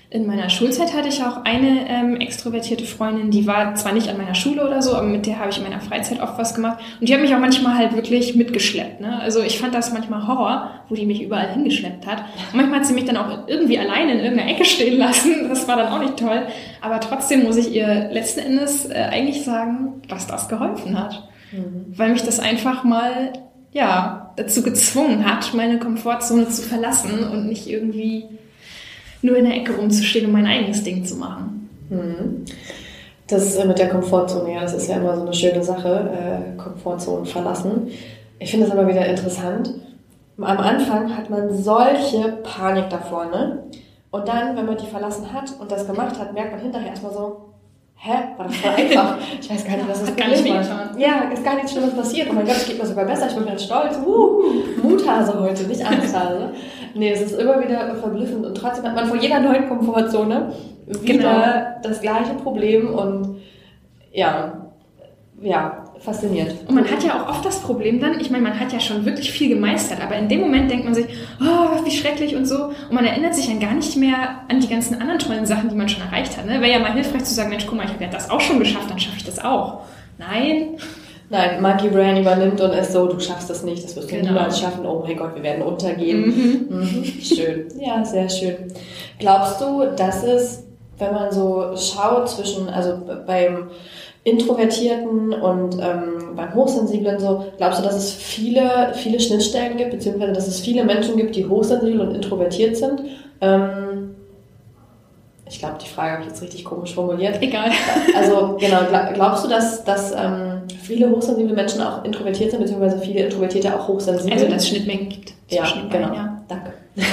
in meiner Schulzeit hatte ich auch eine ähm, extrovertierte Freundin, die war zwar nicht an meiner Schule oder so, aber mit der habe ich in meiner Freizeit oft was gemacht. Und die hat mich auch manchmal halt wirklich mitgeschleppt. Ne? Also ich fand das manchmal Horror, wo die mich überall hingeschleppt hat. Und manchmal hat sie mich dann auch irgendwie alleine in irgendeiner Ecke stehen lassen. Das war dann auch nicht toll. Aber trotzdem muss ich ihr letzten Endes äh, eigentlich sagen, dass das geholfen hat. Mhm. Weil mich das einfach mal ja dazu gezwungen hat, meine Komfortzone zu verlassen und nicht irgendwie nur in der Ecke rumzustehen und mein eigenes Ding zu machen. Mhm. Das mit der Komfortzone, ja, das ist ja immer so eine schöne Sache, äh, Komfortzone verlassen. Ich finde das aber wieder interessant. Am Anfang hat man solche Panik davor, ne? Und dann, wenn man die verlassen hat und das gemacht hat, merkt man hinterher erstmal so, hä, war das voll einfach. Ich weiß gar nicht, was das Problem war. Ja, ist gar nichts Schlimmes passiert. Oh mein Gott, es geht mir sogar besser. Ich bin ganz stolz. Uh, Muthase heute, nicht Angsthase. Nee, es ist immer wieder verblüffend. Und trotzdem hat man vor jeder neuen Komfortzone wieder genau das gleiche Problem. Und ja, ja, fasziniert. Und man hat ja auch oft das Problem dann, ich meine, man hat ja schon wirklich viel gemeistert, aber in dem Moment denkt man sich, oh, wie schrecklich und so. Und man erinnert sich dann gar nicht mehr an die ganzen anderen tollen Sachen, die man schon erreicht hat. Ne? Wäre ja mal hilfreich zu sagen, Mensch, guck mal, ich habe ja das auch schon geschafft, dann schaffe ich das auch. Nein. Nein, Monkey Brain übernimmt und ist so, du schaffst das nicht, das wirst du genau. niemals schaffen. Oh mein Gott, wir werden untergehen. Mhm. Mhm. Schön. Ja, sehr schön. Glaubst du, dass es, wenn man so schaut zwischen, also beim Introvertierten und ähm, beim Hochsensiblen so, glaubst du, dass es viele, viele Schnittstellen gibt, beziehungsweise dass es viele Menschen gibt, die hochsensibel und introvertiert sind? Ähm, ich glaube, die Frage habe ich jetzt richtig komisch formuliert. Egal. Also genau, glaubst du, dass, dass ähm, viele hochsensible Menschen auch introvertiert sind, beziehungsweise viele Introvertierte auch hochsensibel? Also dass es Schnittmengen gibt. Ja, genau. Ja. Danke.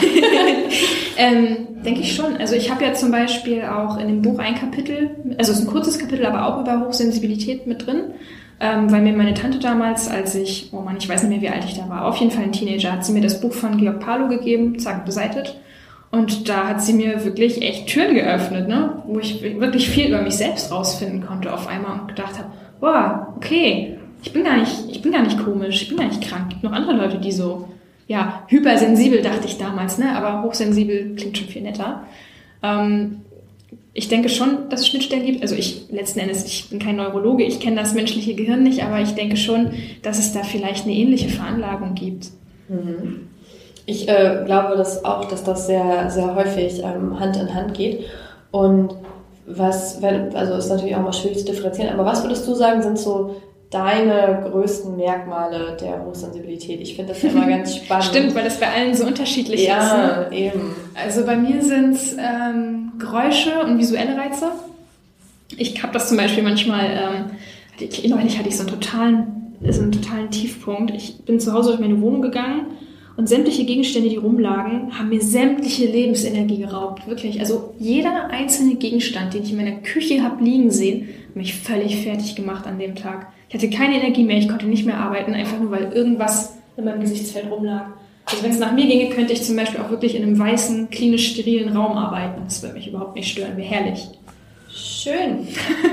ähm, denke ich schon. Also ich habe ja zum Beispiel auch in dem Buch ein Kapitel, also es ist ein kurzes Kapitel, aber auch über Hochsensibilität mit drin, ähm, weil mir meine Tante damals, als ich, oh Mann, ich weiß nicht mehr, wie alt ich da war, auf jeden Fall ein Teenager, hat sie mir das Buch von Georg Palow gegeben, zack, beseitet. Und da hat sie mir wirklich echt Türen geöffnet, ne? Wo ich wirklich viel über mich selbst rausfinden konnte auf einmal und gedacht habe, boah, okay, ich bin gar nicht, ich bin gar nicht komisch, ich bin gar nicht krank. Es gibt noch andere Leute, die so, ja, hypersensibel dachte ich damals, ne? Aber hochsensibel klingt schon viel netter. Ähm, ich denke schon, dass es Schnittstellen gibt. Also ich, letzten Endes, ich bin kein Neurologe, ich kenne das menschliche Gehirn nicht, aber ich denke schon, dass es da vielleicht eine ähnliche Veranlagung gibt. Mhm. Ich äh, glaube dass auch, dass das sehr, sehr häufig ähm, Hand in Hand geht. Und was, wenn, also ist natürlich auch mal schwierig zu differenzieren, aber was würdest du sagen, sind so deine größten Merkmale der Hochsensibilität? Ich finde das ja immer ganz spannend. Stimmt, weil das bei allen so unterschiedlich ja, ist. Ja, ne? Eben. Also bei mir sind es ähm, Geräusche und visuelle Reize. Ich habe das zum Beispiel manchmal, ähm, neulich hatte ich so einen totalen, so einen totalen Tiefpunkt. Ich bin zu Hause durch meine Wohnung gegangen und sämtliche Gegenstände, die rumlagen, haben mir sämtliche Lebensenergie geraubt. Wirklich. Also jeder einzelne Gegenstand, den ich in meiner Küche habe liegen sehen, hat mich völlig fertig gemacht an dem Tag. Ich hatte keine Energie mehr, ich konnte nicht mehr arbeiten, einfach nur weil irgendwas in meinem Gesichtsfeld rumlag. Also wenn es nach mir ginge, könnte ich zum Beispiel auch wirklich in einem weißen, klinisch sterilen Raum arbeiten. Das würde mich überhaupt nicht stören, wäre herrlich. Schön.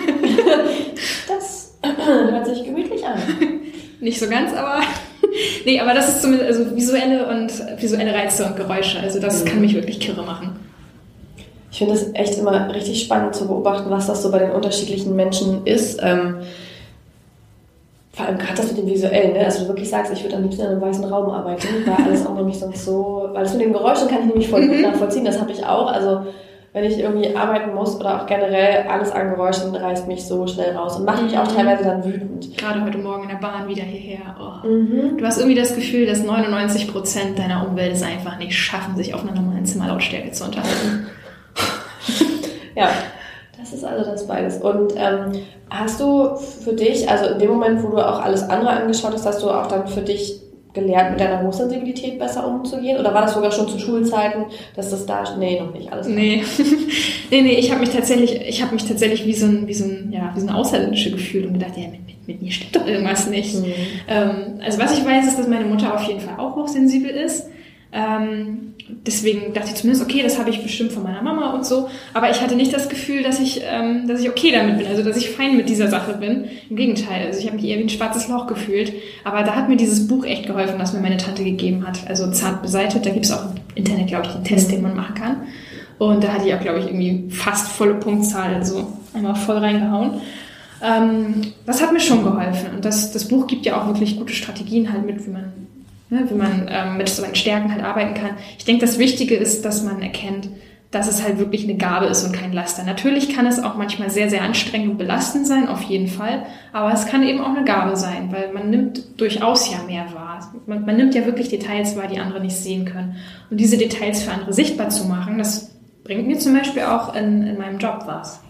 Das hört sich gemütlich an. Nicht so ganz, aber nee, aber das ist zumindest also visuelle und visuelle Reize und Geräusche. Also das mhm. kann mich wirklich kirre machen. Ich finde es echt immer richtig spannend zu beobachten, was das so bei den unterschiedlichen Menschen ist. Ähm, vor allem gerade das mit dem Visuellen, ne? Also du wirklich sagst, ich würde am liebsten in einem weißen Raum arbeiten, weil alles auch nämlich sonst so, weil das mit den Geräuschen kann ich nämlich voll gut nachvollziehen, das habe ich auch. Also wenn ich irgendwie arbeiten muss oder auch generell alles an Geräuschen reißt mich so schnell raus und macht mich auch teilweise dann wütend. Gerade heute Morgen in der Bahn wieder hierher. Oh. Mhm. Du hast irgendwie das Gefühl, dass neunundneunzig Prozent deiner Umwelt es einfach nicht schaffen, sich auf einer normalen Zimmerlautstärke zu unterhalten. Ja, das ist also das beides. Und ähm, hast du für dich, also in dem Moment, wo du auch alles andere angeschaut hast, hast du auch dann für dich gelernt, mit deiner Hochsensibilität besser umzugehen? Oder war das sogar schon zu Schulzeiten, dass das da... Nee, noch nicht. Alles klar. Nee. nee, nee, ich habe mich tatsächlich, ich habe mich tatsächlich wie so ein, wie so ein, ja, wie so ein Außerirdische gefühlt und gedacht, ja, mit, mit, mit mir stimmt doch irgendwas nicht. Mhm. Ähm, also was ich weiß, ist, dass meine Mutter auf jeden Fall auch hochsensibel ist. Ähm, deswegen dachte ich zumindest, okay, das habe ich bestimmt von meiner Mama und so, aber ich hatte nicht das Gefühl, dass ich, ähm, dass ich okay damit bin, also dass ich fein mit dieser Sache bin. Im Gegenteil, also ich habe mich eher wie ein schwarzes Loch gefühlt, aber da hat mir dieses Buch echt geholfen, was mir meine Tante gegeben hat, also Zart beseitet, da gibt es auch im Internet, glaube ich, einen Test, den man machen kann. Und da hatte ich auch, glaube ich, irgendwie fast volle Punktzahl, also einmal voll reingehauen. Ähm, das hat mir schon geholfen. Und das, das Buch gibt ja auch wirklich gute Strategien halt mit, wie man, ne, wie man ähm, mit seinen Stärken halt arbeiten kann. Ich denke, das Wichtige ist, dass man erkennt, dass es halt wirklich eine Gabe ist und kein Laster. Natürlich kann es auch manchmal sehr, sehr anstrengend und belastend sein, auf jeden Fall. Aber es kann eben auch eine Gabe sein, weil man nimmt durchaus ja mehr wahr. Man, man nimmt ja wirklich Details wahr, die andere nicht sehen können. Und diese Details für andere sichtbar zu machen, das bringt mir zum Beispiel auch in, in meinem Job was.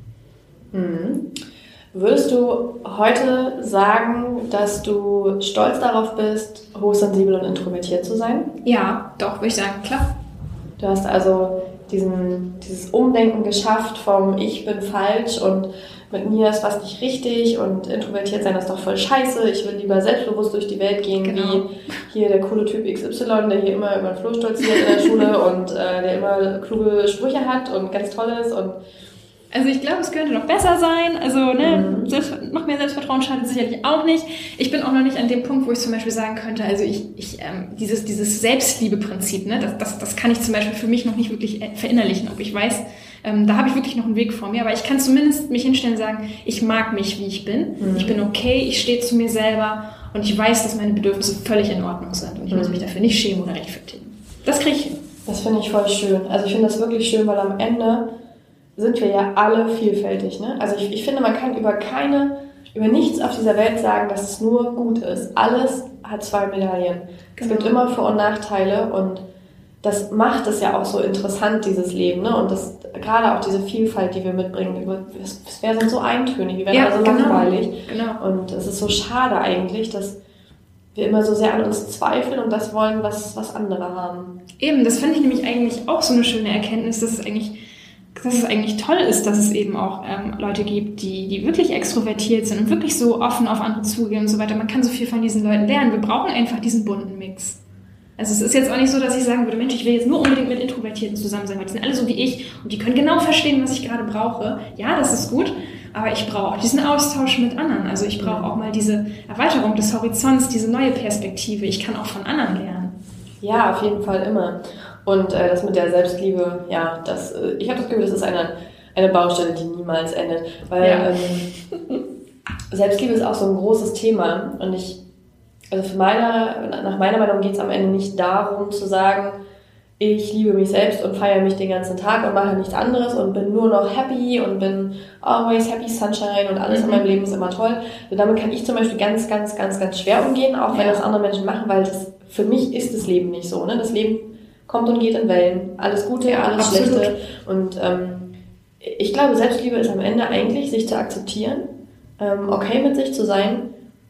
Mhm. Würdest du heute sagen, dass du stolz darauf bist, hochsensibel und introvertiert zu sein? Ja, doch, würde ich sagen, klar. Du hast also diesen, dieses Umdenken geschafft vom Ich bin falsch und mit mir ist was nicht richtig und introvertiert sein ist doch voll scheiße. Ich will lieber selbstbewusst durch die Welt gehen, genau. Wie hier der coole Typ X Y, der hier immer über den Flur stolziert in der Schule und äh, der immer kluge Sprüche hat und ganz toll ist. Und also ich glaube, es könnte noch besser sein. Also ne, mhm. Selbst, noch mehr Selbstvertrauen schadet sicherlich auch nicht. Ich bin auch noch nicht an dem Punkt, wo ich zum Beispiel sagen könnte, also ich, ich ähm, dieses, dieses Selbstliebe-Prinzip, ne, das, das, das kann ich zum Beispiel für mich noch nicht wirklich verinnerlichen. Ob ich weiß, ähm, da habe ich wirklich noch einen Weg vor mir. Aber ich kann zumindest mich hinstellen und sagen, ich mag mich, wie ich bin. Mhm. Ich bin okay, ich stehe zu mir selber und ich weiß, dass meine Bedürfnisse völlig in Ordnung sind. Und ich mhm. muss mich dafür nicht schämen oder rechtfertigen. Das kriege ich hin. Das finde ich voll schön. Also ich finde das wirklich schön, weil am Ende sind wir ja alle vielfältig, ne? Also ich, ich finde, man kann über keine, über nichts auf dieser Welt sagen, dass es nur gut ist. Alles hat zwei Medaillen. Genau. Es gibt immer Vor- und Nachteile und das macht es ja auch so interessant, dieses Leben, ne? Und das, gerade auch diese Vielfalt, die wir mitbringen, es, es wäre sonst so eintönig, wir wären ja, also genau. langweilig. Genau. Und es ist so schade eigentlich, dass wir immer so sehr an uns zweifeln und das wollen, was, was andere haben. Eben, das fand ich nämlich eigentlich auch so eine schöne Erkenntnis, dass es eigentlich dass es eigentlich toll ist, dass es eben auch ähm, Leute gibt, die, die wirklich extrovertiert sind und wirklich so offen auf andere zugehen und so weiter. Man kann so viel von diesen Leuten lernen. Wir brauchen einfach diesen bunten Mix. Also es ist jetzt auch nicht so, dass ich sagen würde, Mensch, ich will jetzt nur unbedingt mit Introvertierten zusammen sein, weil die sind alle so wie ich und die können genau verstehen, was ich gerade brauche. Ja, das ist gut, aber ich brauche auch diesen Austausch mit anderen. Also ich brauche auch mal diese Erweiterung des Horizonts, diese neue Perspektive. Ich kann auch von anderen lernen. Ja, auf jeden Fall immer. Und äh, das mit der Selbstliebe, ja, das, äh, ich habe das Gefühl, das ist eine, eine Baustelle, die niemals endet. Weil ja. ähm, Selbstliebe ist auch so ein großes Thema. Und ich, also für meine, nach meiner Meinung geht es am Ende nicht darum zu sagen, ich liebe mich selbst und feiere mich den ganzen Tag und mache nichts anderes und bin nur noch happy und bin always happy sunshine und alles mhm. in meinem Leben ist immer toll. Und damit kann ich zum Beispiel ganz, ganz, ganz, ganz schwer umgehen, auch wenn ja. das andere Menschen machen, weil das, für mich ist das Leben nicht so. Ne? Das Leben kommt und geht in Wellen. Alles Gute, ja, alles absolut. Schlechte. Und ähm, ich glaube, Selbstliebe ist am Ende eigentlich, sich zu akzeptieren, ähm, okay mit sich zu sein,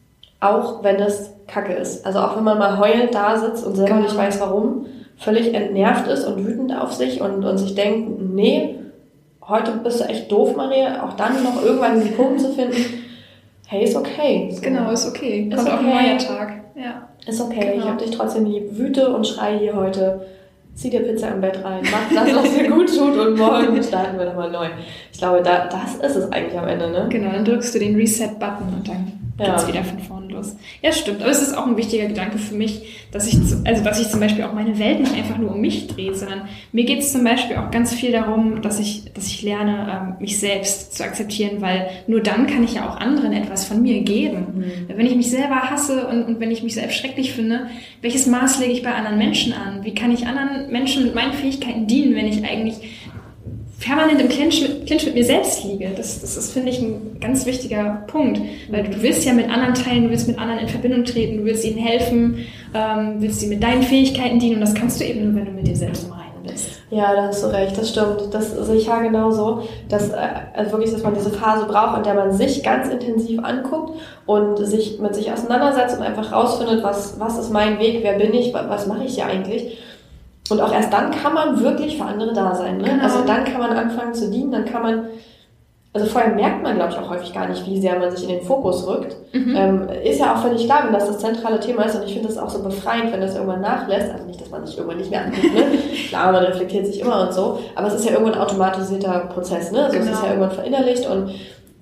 auch wenn es Kacke ist. Also auch wenn man mal heulend da sitzt und selber genau. nicht weiß, warum, völlig entnervt ist und wütend auf sich und, und sich denkt, nee, heute bist du echt doof, Maria, auch dann noch irgendwann diesen Punkt zu finden, hey, ist okay. So. Genau, ist okay. Ist Kommt okay. auch ein neuer Tag. Ja. Ist okay, genau. Ich hab dich trotzdem lieb. Wüte und schrei hier heute. Zieh dir Pizza im Bett rein, mach das, was dir gut tut und morgen starten wir nochmal neu. Ich glaube, da, das ist es eigentlich am Ende, ne? Genau, dann drückst du den Reset-Button und dann ja. geht's wieder von vorne los. Ja, stimmt. Aber es ist auch ein wichtiger Gedanke für mich, dass ich, also dass ich zum Beispiel auch meine Welt nicht einfach nur um mich drehe, sondern mir geht es zum Beispiel auch ganz viel darum, dass ich, dass ich lerne, ähm, mich selbst zu akzeptieren, weil nur dann kann ich ja auch anderen etwas von mir geben. Mhm. Wenn ich mich selber hasse und, und wenn ich mich selbst schrecklich finde, welches Maß lege ich bei anderen Menschen an? Wie kann ich anderen Menschen mit meinen Fähigkeiten dienen, wenn ich eigentlich permanent im Clinch mit, Clinch mit mir selbst liege? Das, das ist, finde ich, ein ganz wichtiger Punkt. Weil du willst ja mit anderen teilen, du willst mit anderen in Verbindung treten, du willst ihnen helfen, ähm, willst sie mit deinen Fähigkeiten dienen und das kannst du eben nur, wenn du mit dir selbst im Reinen bist. Ja, da hast du recht, das stimmt. Das sehe ich ja genauso, dass, also wirklich, dass man diese Phase braucht, in der man sich ganz intensiv anguckt und sich mit sich auseinandersetzt und einfach rausfindet, was, was ist mein Weg, wer bin ich, was mache ich hier eigentlich? Und auch erst dann kann man wirklich für andere da sein. Ne? Genau. Also dann kann man anfangen zu dienen, dann kann man, also vorher merkt man, glaube ich, auch häufig gar nicht, wie sehr man sich in den Fokus rückt. Mhm. Ähm, ist ja auch völlig klar, wenn das das zentrale Thema ist und ich finde das auch so befreiend, wenn das irgendwann nachlässt. Also nicht, dass man sich irgendwann nicht mehr anguckt, ne? Klar, man reflektiert sich immer und so, aber es ist ja irgendwann ein automatisierter Prozess, ne? Also genau. Es ist ja irgendwann verinnerlicht und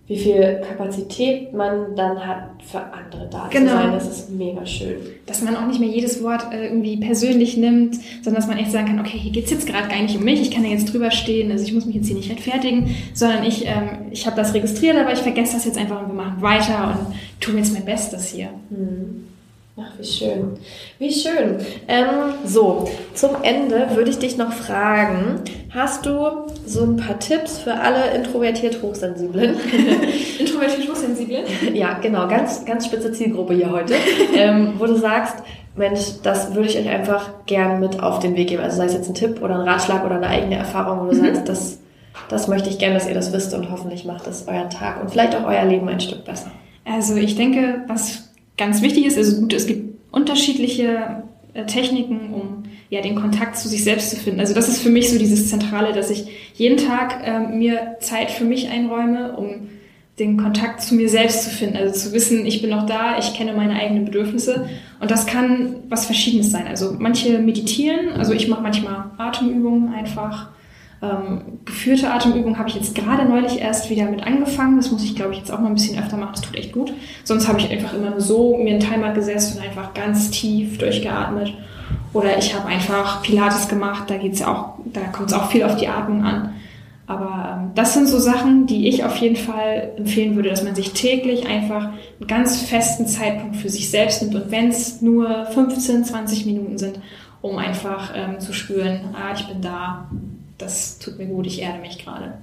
wie viel Kapazität man dann hat, für andere da genau. zu sein. Das ist mega schön. Dass man auch nicht mehr jedes Wort äh, irgendwie persönlich nimmt, sondern dass man echt sagen kann, okay, hier geht's jetzt gerade gar nicht um mich, ich kann da jetzt drüber stehen, also ich muss mich jetzt hier nicht rechtfertigen, sondern ich, ähm, ich habe das registriert, aber ich vergesse das jetzt einfach und wir machen weiter und tun jetzt mein Bestes hier. Hm. Ach, wie schön. Wie schön. Ähm, so, zum Ende würde ich dich noch fragen, hast du so ein paar Tipps für alle introvertiert Hochsensiblen? Introvertiert Hochsensiblen? Ja, genau, ganz, ganz spitze Zielgruppe hier heute, ähm, wo du sagst, Mensch, das würde ich euch einfach gern mit auf den Weg geben. Also sei es jetzt ein Tipp oder ein Ratschlag oder eine eigene Erfahrung, wo du mhm. sagst, das, das möchte ich gern, dass ihr das wisst und hoffentlich macht es euren Tag und vielleicht auch euer Leben ein Stück besser. Also ich denke, was ganz wichtig ist, also gut, es gibt unterschiedliche äh, Techniken, um ja den Kontakt zu sich selbst zu finden. Also das ist für mich so dieses Zentrale, dass ich jeden Tag äh, mir Zeit für mich einräume, um den Kontakt zu mir selbst zu finden. Also zu wissen, ich bin noch da, ich kenne meine eigenen Bedürfnisse und das kann was Verschiedenes sein. Also manche meditieren, also ich mache manchmal Atemübungen einfach. Ähm, geführte Atemübungen habe ich jetzt gerade neulich erst wieder mit angefangen. Das muss ich, glaube ich, jetzt auch mal ein bisschen öfter machen. Das tut echt gut. Sonst habe ich einfach immer nur so mir einen Timer gesetzt und einfach ganz tief durchgeatmet. Oder ich habe einfach Pilates gemacht. Da geht's ja auch, da kommt es auch viel auf die Atmung an. Aber ähm, das sind so Sachen, die ich auf jeden Fall empfehlen würde, dass man sich täglich einfach einen ganz festen Zeitpunkt für sich selbst nimmt. Und wenn es nur fünfzehn, zwanzig Minuten sind, um einfach ähm, zu spüren, ah, ich bin da. Das tut mir gut, ich erde mich gerade.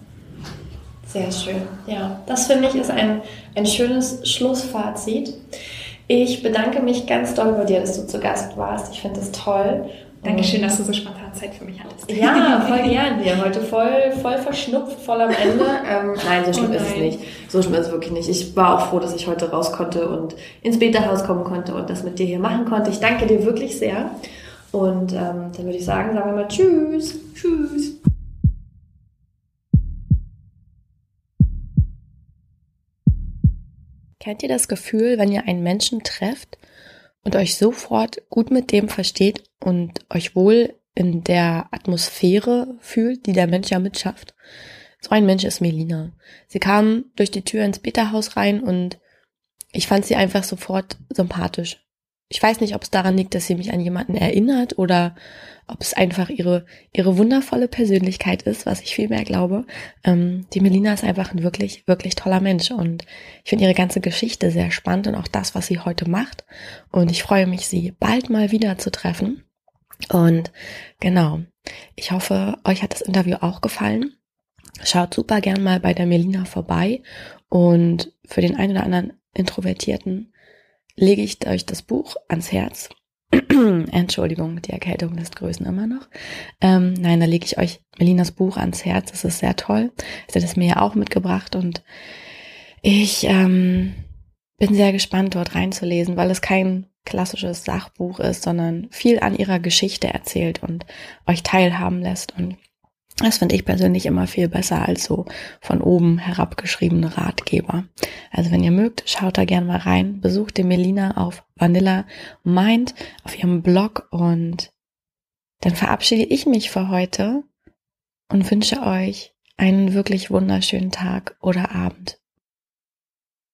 Sehr schön. Ja, das finde ich ist ein, ein schönes Schlussfazit. Ich bedanke mich ganz doll bei dir, dass du zu Gast warst. Ich finde das toll. Dankeschön, dass du so spontan Zeit für mich hattest. Ja, voll gern. Wir heute voll, voll verschnupft, voll am Ende. Ähm, nein, so schlimm oh nein. ist es nicht. So schlimm ist es wirklich nicht. Ich war auch froh, dass ich heute raus konnte und ins Beta-Haus kommen konnte und das mit dir hier machen konnte. Ich danke dir wirklich sehr. Und ähm, dann würde ich sagen, sagen wir mal Tschüss. Tschüss. Kennt ihr das Gefühl, wenn ihr einen Menschen trefft und euch sofort gut mit dem versteht und euch wohl in der Atmosphäre fühlt, die der Mensch ja mitschafft? So ein Mensch ist Melina. Sie kam durch die Tür ins Beta-Haus rein und ich fand sie einfach sofort sympathisch. Ich weiß nicht, ob es daran liegt, dass sie mich an jemanden erinnert oder ob es einfach ihre ihre wundervolle Persönlichkeit ist, was ich viel mehr glaube. Ähm, die Melina ist einfach ein wirklich, wirklich toller Mensch und ich finde ihre ganze Geschichte sehr spannend und auch das, was sie heute macht. Und ich freue mich, sie bald mal wieder zu treffen. Und genau, ich hoffe, euch hat das Interview auch gefallen. Schaut super gern mal bei der Melina vorbei und für den einen oder anderen Introvertierten lege ich euch das Buch ans Herz. Entschuldigung, die Erkältung lässt grüßen immer noch. Ähm, nein, da lege ich euch Melinas Buch ans Herz. Das ist sehr toll. Sie hat es mir ja auch mitgebracht und ich ähm, bin sehr gespannt, dort reinzulesen, weil es kein klassisches Sachbuch ist, sondern viel an ihrer Geschichte erzählt und euch teilhaben lässt. Und das finde ich persönlich immer viel besser als so von oben herabgeschriebene Ratgeber. Also wenn ihr mögt, schaut da gerne mal rein. Besucht die Melina auf Vanilla Mind, auf ihrem Blog. Und dann verabschiede ich mich für heute und wünsche euch einen wirklich wunderschönen Tag oder Abend.